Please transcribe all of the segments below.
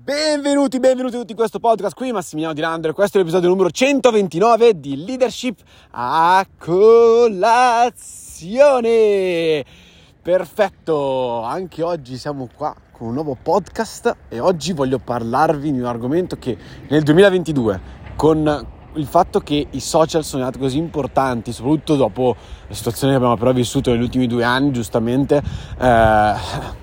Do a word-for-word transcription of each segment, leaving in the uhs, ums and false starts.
Benvenuti, benvenuti tutti in questo podcast, qui Massimiliano Di Landro e questo è l'episodio numero centoventinove di Leadership a colazione. Perfetto, anche oggi siamo qua con un nuovo podcast e oggi voglio parlarvi di un argomento che nel duemilaventidue, con il fatto che i social sono diventati così importanti, soprattutto dopo la situazione che abbiamo però vissuto negli ultimi due anni, giustamente, eh,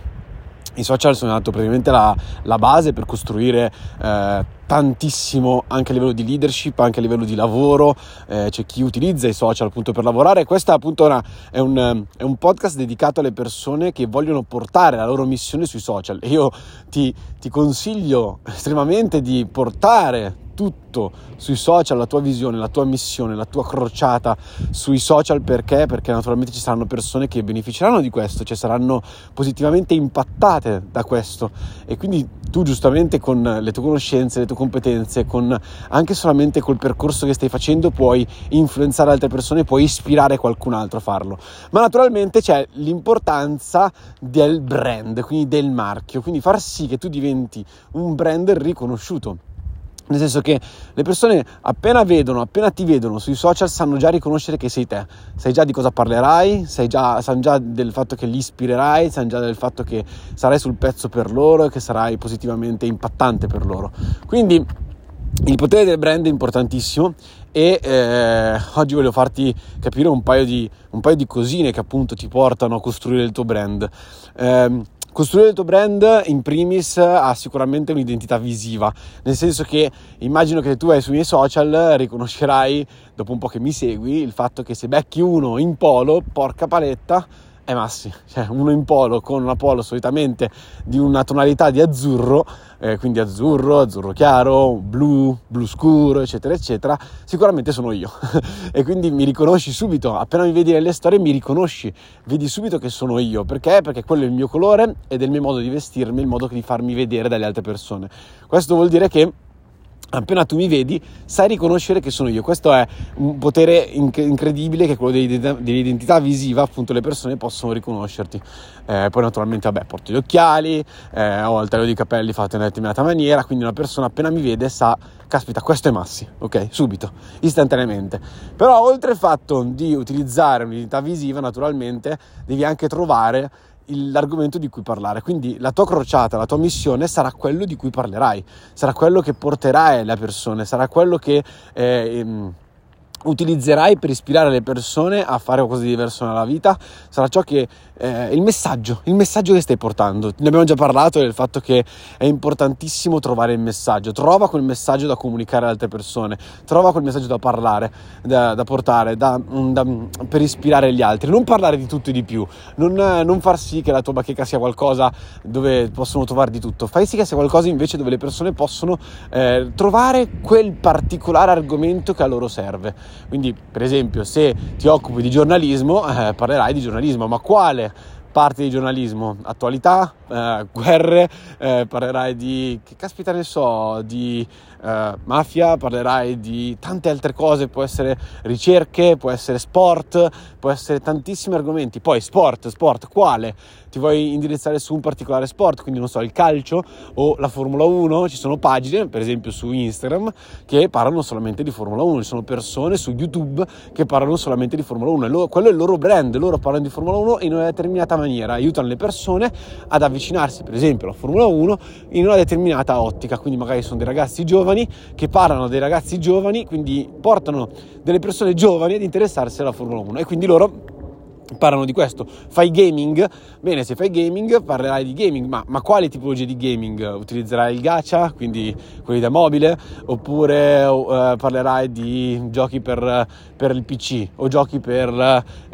i social sono diventati praticamente la, la base per costruire eh, tantissimo anche a livello di leadership, anche a livello di lavoro. Eh, c'è chi utilizza i social appunto per lavorare. Questa appunto una, è, un, è un podcast dedicato alle persone che vogliono portare la loro missione sui social e io ti, ti consiglio estremamente di portare tutto sui social, la tua visione, la tua missione, la tua crociata sui social. Perché? Perché naturalmente ci saranno persone che beneficeranno di questo, cioè saranno positivamente impattate da questo, e quindi tu giustamente con le tue conoscenze, le tue competenze, con anche solamente col percorso che stai facendo puoi influenzare altre persone, puoi ispirare qualcun altro a farlo. Ma naturalmente c'è l'importanza del brand, quindi del marchio, quindi far sì che tu diventi un brand riconosciuto. Nel senso che le persone appena vedono, appena ti vedono sui social sanno già riconoscere che sei te, sai già di cosa parlerai, sai già, sanno già del fatto che li ispirerai, sanno già del fatto che sarai sul pezzo per loro e che sarai positivamente impattante per loro. Quindi il potere del brand è importantissimo e eh, oggi voglio farti capire un paio di, un paio di cosine che appunto ti portano a costruire il tuo brand. Eh, Costruire il tuo brand in primis ha sicuramente un'identità visiva, nel senso che immagino che tu hai sui miei social riconoscerai, dopo un po' che mi segui, il fatto che se becchi uno in polo, porca paletta, è Massi, cioè uno in polo con una polo solitamente di una tonalità di azzurro, eh, quindi azzurro, azzurro chiaro, blu, blu scuro, eccetera eccetera, sicuramente sono io e quindi mi riconosci subito, appena mi vedi nelle storie mi riconosci, vedi subito che sono io. Perché? Perché quello è il mio colore ed è il mio modo di vestirmi, il modo di farmi vedere dalle altre persone. Questo vuol dire che appena tu mi vedi sai riconoscere che sono io. Questo è un potere inc- incredibile, che è quello dell'identità visiva. Appunto le persone possono riconoscerti. Eh, poi naturalmente vabbè, porto gli occhiali, eh, ho il taglio di capelli fatto in una determinata maniera, quindi una persona appena mi vede sa, caspita, questo è Massi, ok? Subito, istantaneamente. Però oltre al fatto di utilizzare un'identità visiva, naturalmente devi anche trovare l'argomento di cui parlare. Quindi la tua crociata, la tua missione sarà quello di cui parlerai, sarà quello che porterai alle persone, sarà quello che eh, ehm, utilizzerai per ispirare le persone a fare qualcosa di diverso nella vita. Sarà ciò che eh, il messaggio, il messaggio che stai portando. Ne abbiamo già parlato del fatto che è importantissimo trovare il messaggio. Trova quel messaggio da comunicare alle altre persone, trova quel messaggio da parlare, da, da portare, da, da, per ispirare gli altri. Non parlare di tutto e di più, non, non far sì che la tua bacheca sia qualcosa dove possono trovare di tutto. Fai sì che sia qualcosa invece dove le persone possono eh, trovare quel particolare argomento che a loro serve. Quindi per esempio se ti occupi di giornalismo eh, parlerai di giornalismo, ma quale parte di giornalismo? Attualità, eh, guerre, eh, parlerai di, che caspita ne so, di eh, mafia, parlerai di tante altre cose, può essere ricerche, può essere sport, può essere tantissimi argomenti. Poi sport, sport quale? Ti vuoi indirizzare su un particolare sport, quindi non so, il calcio o la Formula uno? Ci sono pagine, per esempio su Instagram, che parlano solamente di Formula uno, ci sono persone su YouTube che parlano solamente di Formula uno, e loro, quello è il loro brand, loro parlano di Formula uno in una determinata maniera, aiutano le persone ad avvicinarsi per esempio alla Formula uno in una determinata ottica. Quindi magari sono dei ragazzi giovani che parlano dei ragazzi giovani, quindi portano delle persone giovani ad interessarsi alla Formula uno, e quindi loro parlano di questo. Fai gaming? Bene, se fai gaming parlerai di gaming, ma, ma quali tipologie di gaming? Utilizzerai il gacha, quindi quelli da mobile, oppure uh, parlerai di giochi per, per il P C o giochi per uh,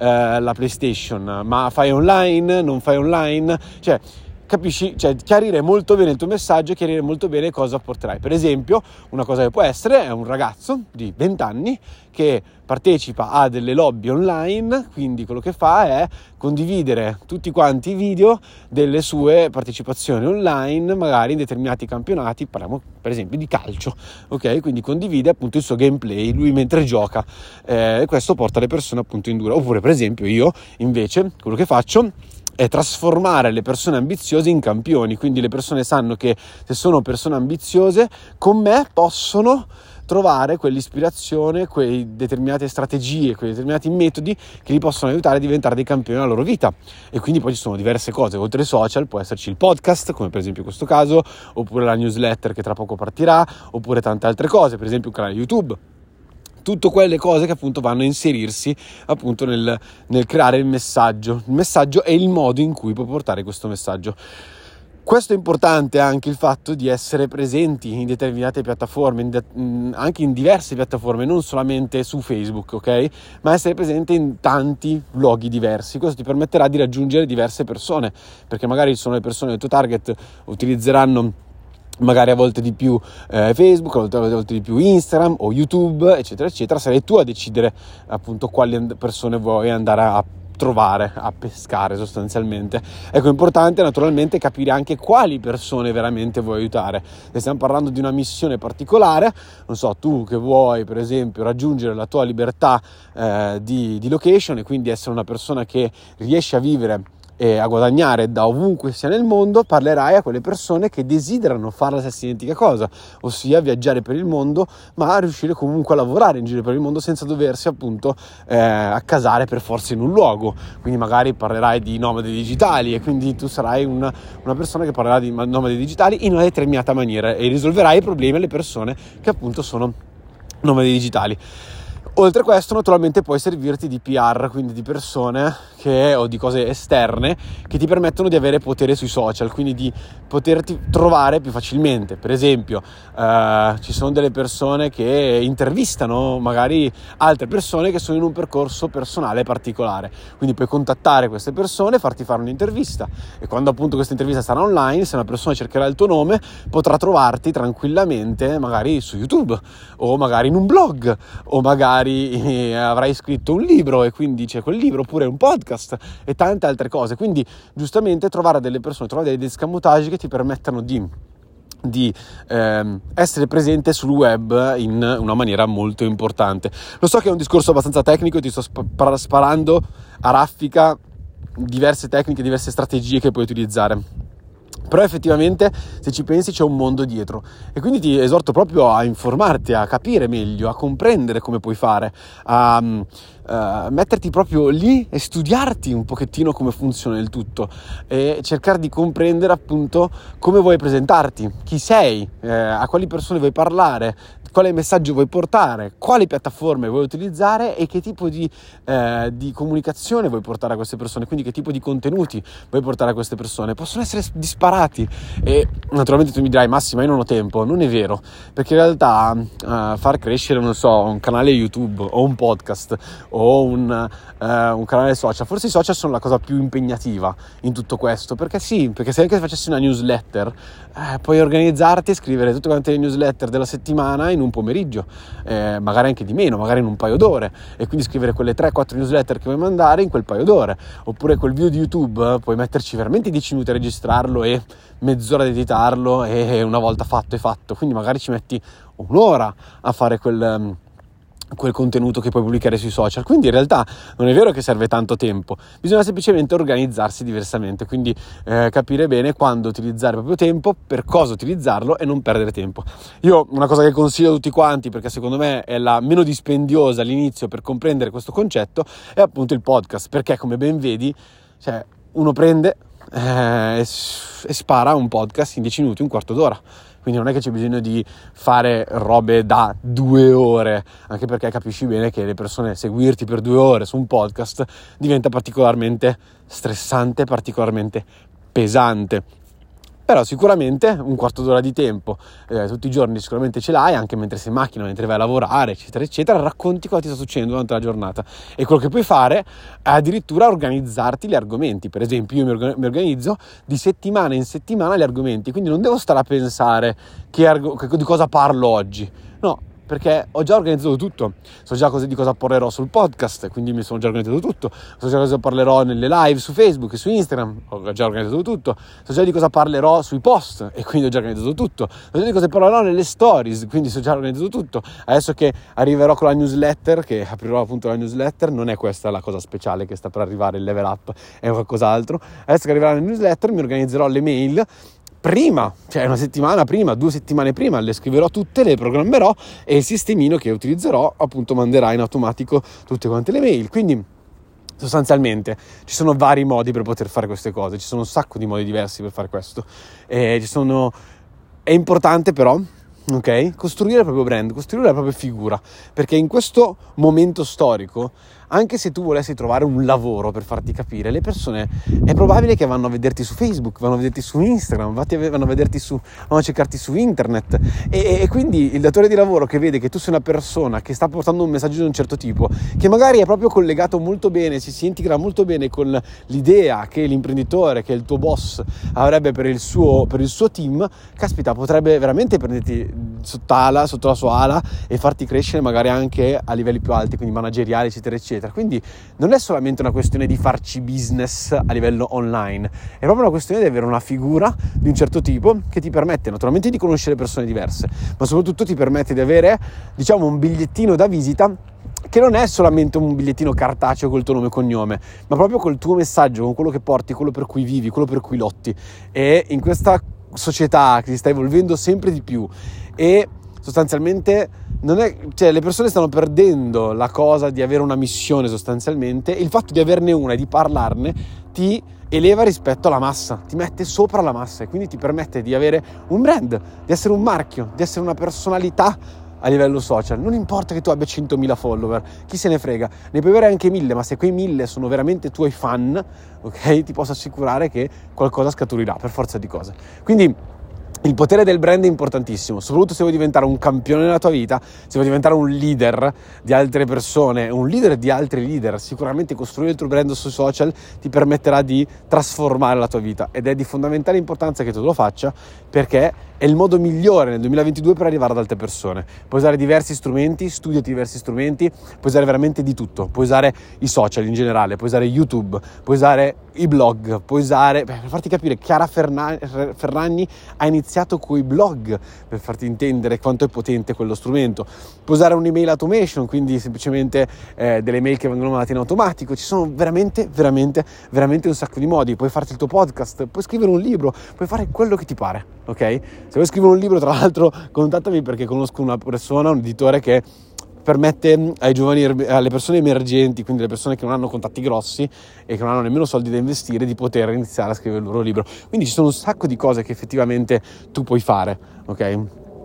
la PlayStation? Ma fai online? Non fai online? Cioè, capisci? Cioè, chiarire molto bene il tuo messaggio e chiarire molto bene cosa porterai. Per esempio, una cosa che può essere è un ragazzo di venti anni che partecipa a delle lobby online, quindi quello che fa è condividere tutti quanti i video delle sue partecipazioni online, magari in determinati campionati, parliamo per esempio di calcio, ok? Quindi condivide appunto il suo gameplay, lui mentre gioca, eh, e questo porta le persone appunto in dura. Oppure per esempio io invece quello che faccio è trasformare le persone ambiziose in campioni. Quindi le persone sanno che se sono persone ambiziose con me possono trovare quell'ispirazione, quelle determinate strategie, quei determinati metodi che li possono aiutare a diventare dei campioni nella loro vita. E quindi poi ci sono diverse cose, oltre ai social può esserci il podcast, come per esempio in questo caso, oppure la newsletter che tra poco partirà, oppure tante altre cose, per esempio un canale YouTube. Tutte quelle cose che appunto vanno a inserirsi appunto nel, nel creare il messaggio. Il messaggio è il modo in cui puoi portare questo messaggio. Questo è importante anche il fatto di essere presenti in determinate piattaforme, in de- anche in diverse piattaforme, non solamente su Facebook, ok? Ma essere presente in tanti luoghi diversi. Questo ti permetterà di raggiungere diverse persone, perché magari sono le persone del tuo target, utilizzeranno magari a volte di più eh, Facebook, a volte, a volte di più Instagram o YouTube, eccetera, eccetera. Sarai tu a decidere appunto quali persone vuoi andare a trovare, a pescare sostanzialmente. Ecco, è importante naturalmente capire anche quali persone veramente vuoi aiutare. Se stiamo parlando di una missione particolare, non so, tu che vuoi per esempio raggiungere la tua libertà eh, di, di location e quindi essere una persona che riesce a vivere e a guadagnare da ovunque sia nel mondo, parlerai a quelle persone che desiderano fare la stessa identica cosa, ossia viaggiare per il mondo, ma riuscire comunque a lavorare in giro per il mondo senza doversi appunto eh, accasare per forza in un luogo. Quindi magari parlerai di nomadi digitali e quindi tu sarai una, una persona che parlerà di nomadi digitali in una determinata maniera e risolverai i problemi alle persone che appunto sono nomadi digitali. Oltre a questo naturalmente puoi servirti di P R, quindi di persone che, o di cose esterne che ti permettono di avere potere sui social, quindi di poterti trovare più facilmente. Per esempio eh, ci sono delle persone che intervistano magari altre persone che sono in un percorso personale particolare, quindi puoi contattare queste persone, farti fare un'intervista e quando appunto questa intervista sarà online, se una persona cercherà il tuo nome potrà trovarti tranquillamente magari su YouTube o magari in un blog o magari avrai scritto un libro e quindi c'è quel libro, oppure un podcast e tante altre cose. Quindi giustamente trovare delle persone, trovare degli escamotage che ti permettano di di ehm, essere presente sul web in una maniera molto importante. Lo so che è un discorso abbastanza tecnico, ti sto sp- sparando a raffica diverse tecniche, diverse strategie che puoi utilizzare, però effettivamente se ci pensi c'è un mondo dietro e quindi ti esorto proprio a informarti, a capire meglio, a comprendere come puoi fare, a uh, metterti proprio lì e studiarti un pochettino come funziona il tutto e cercare di comprendere appunto come vuoi presentarti, chi sei, eh, a quali persone vuoi parlare, quale messaggio vuoi portare, quali piattaforme vuoi utilizzare e che tipo di, eh, di comunicazione vuoi portare a queste persone, quindi che tipo di contenuti vuoi portare a queste persone. Possono essere disparati e naturalmente tu mi dirai Massimo, io non ho tempo. Non è vero, perché in realtà uh, far crescere, non so, un canale YouTube o un podcast o un, uh, un canale social, forse i social sono la cosa più impegnativa in tutto questo, perché sì, perché se anche facessi una newsletter eh, puoi organizzarti e scrivere tutte quante le newsletter della settimana in un pomeriggio, eh, magari anche di meno, magari in un paio d'ore, e quindi scrivere quelle tre quattro newsletter che vuoi mandare in quel paio d'ore. Oppure quel video di YouTube eh, puoi metterci veramente dieci minuti a registrarlo e mezz'ora ad editarlo e una volta fatto è fatto, quindi magari ci metti un'ora a fare quel um, quel contenuto che puoi pubblicare sui social. Quindi in realtà non è vero che serve tanto tempo, bisogna semplicemente organizzarsi diversamente, quindi eh, capire bene quando utilizzare il proprio tempo, per cosa utilizzarlo e non perdere tempo. Io una cosa che consiglio a tutti quanti, perché secondo me è la meno dispendiosa all'inizio per comprendere questo concetto, è appunto il podcast, perché come ben vedi, cioè uno prende eh, e, e spara un podcast in dieci minuti, un quarto d'ora. Quindi non è che c'è bisogno di fare robe da due ore, anche perché capisci bene che le persone seguirti per due ore su un podcast diventa particolarmente stressante, particolarmente pesante. Però sicuramente un quarto d'ora di tempo eh, tutti i giorni sicuramente ce l'hai, anche mentre sei in macchina, mentre vai a lavorare, eccetera eccetera, racconti cosa ti sta succedendo durante la giornata. E quello che puoi fare è addirittura organizzarti gli argomenti. Per esempio io mi, organ- mi organizzo di settimana in settimana gli argomenti, quindi non devo stare a pensare che arg- che, di cosa parlo oggi. No, perché ho già organizzato tutto, so già cosa, di cosa parlerò sul podcast, quindi mi sono già organizzato tutto, so già cosa parlerò nelle live su Facebook e su Instagram, ho già organizzato tutto, so già di cosa parlerò sui post e quindi ho già organizzato tutto, so già di cosa parlerò nelle stories, quindi so già organizzato tutto. Adesso che arriverò con la newsletter, che aprirò appunto la newsletter, non è questa la cosa speciale che sta per arrivare, il level up, è qualcos'altro. Adesso che arriverà la newsletter mi organizzerò le mail prima, cioè una settimana prima, due settimane prima, le scriverò tutte, le programmerò e il sistemino che utilizzerò appunto manderà in automatico tutte quante le mail. Quindi sostanzialmente ci sono vari modi per poter fare queste cose, ci sono un sacco di modi diversi per fare questo, e ci sono... è importante però, ok, costruire il proprio brand, costruire la propria figura, perché in questo momento storico, anche se tu volessi trovare un lavoro, per farti capire, le persone è probabile che vanno a vederti su Facebook, vanno a vederti su Instagram, vanno a vederti su, vanno a cercarti su internet, e, e quindi il datore di lavoro che vede che tu sei una persona che sta portando un messaggio di un certo tipo, che magari è proprio collegato molto bene, si, si integra molto bene con l'idea che l'imprenditore, che il tuo boss avrebbe per il suo, per il suo team, caspita, potrebbe veramente prenderti sotto ala, sotto la sua ala e farti crescere magari anche a livelli più alti, quindi manageriali, eccetera eccetera. Quindi non è solamente una questione di farci business a livello online, è proprio una questione di avere una figura di un certo tipo che ti permette naturalmente di conoscere persone diverse, ma soprattutto ti permette di avere, diciamo, un bigliettino da visita che non è solamente un bigliettino cartaceo col tuo nome e cognome, ma proprio col tuo messaggio, con quello che porti, quello per cui vivi, quello per cui lotti. E in questa società che si sta evolvendo sempre di più e sostanzialmente non è, cioè le persone stanno perdendo la cosa di avere una missione, sostanzialmente il fatto di averne una e di parlarne ti eleva rispetto alla massa, ti mette sopra la massa e quindi ti permette di avere un brand, di essere un marchio, di essere una personalità a livello social. Non importa che tu abbia centomila follower, chi se ne frega, ne puoi avere anche mille, ma se quei mille sono veramente tuoi fan, ok, ti posso assicurare che qualcosa scaturirà per forza di cose. Quindi il potere del brand è importantissimo, soprattutto se vuoi diventare un campione nella tua vita, se vuoi diventare un leader di altre persone, un leader di altri leader. Sicuramente costruire il tuo brand sui social ti permetterà di trasformare la tua vita ed è di fondamentale importanza che tu lo faccia, perché è il modo migliore nel duemilaventidue per arrivare ad altre persone. Puoi usare diversi strumenti, studiati diversi strumenti, puoi usare veramente di tutto, puoi usare i social in generale, puoi usare YouTube, puoi usare i blog, puoi usare, beh, per farti capire, Chiara Ferna- Ferragni ha iniziato con i blog, per farti intendere quanto è potente quello strumento. Puoi usare un'email automation, quindi semplicemente eh, delle mail che vengono mandate in automatico. Ci sono veramente, veramente, veramente un sacco di modi. Puoi farti il tuo podcast, puoi scrivere un libro, puoi fare quello che ti pare, ok? Se vuoi scrivere un libro, tra l'altro, contattami, perché conosco una persona, un editore che permette ai giovani, alle persone emergenti, quindi le persone che non hanno contatti grossi e che non hanno nemmeno soldi da investire, di poter iniziare a scrivere il loro libro. Quindi ci sono un sacco di cose che effettivamente tu puoi fare, ok?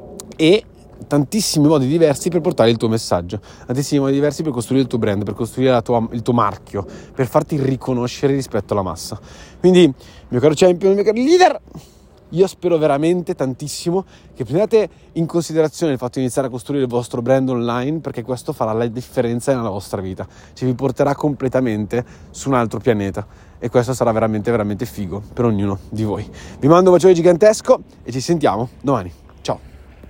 E tantissimi modi diversi per portare il tuo messaggio, tantissimi modi diversi per costruire il tuo brand, per costruire la tua, il tuo marchio, per farti riconoscere rispetto alla massa. Quindi, mio caro champion, mio caro leader, io spero veramente tantissimo che prendete in considerazione il fatto di iniziare a costruire il vostro brand online, perché questo farà la differenza nella vostra vita, ci vi porterà completamente su un altro pianeta e questo sarà veramente veramente figo per ognuno di voi. Vi mando un bacione gigantesco e ci sentiamo domani.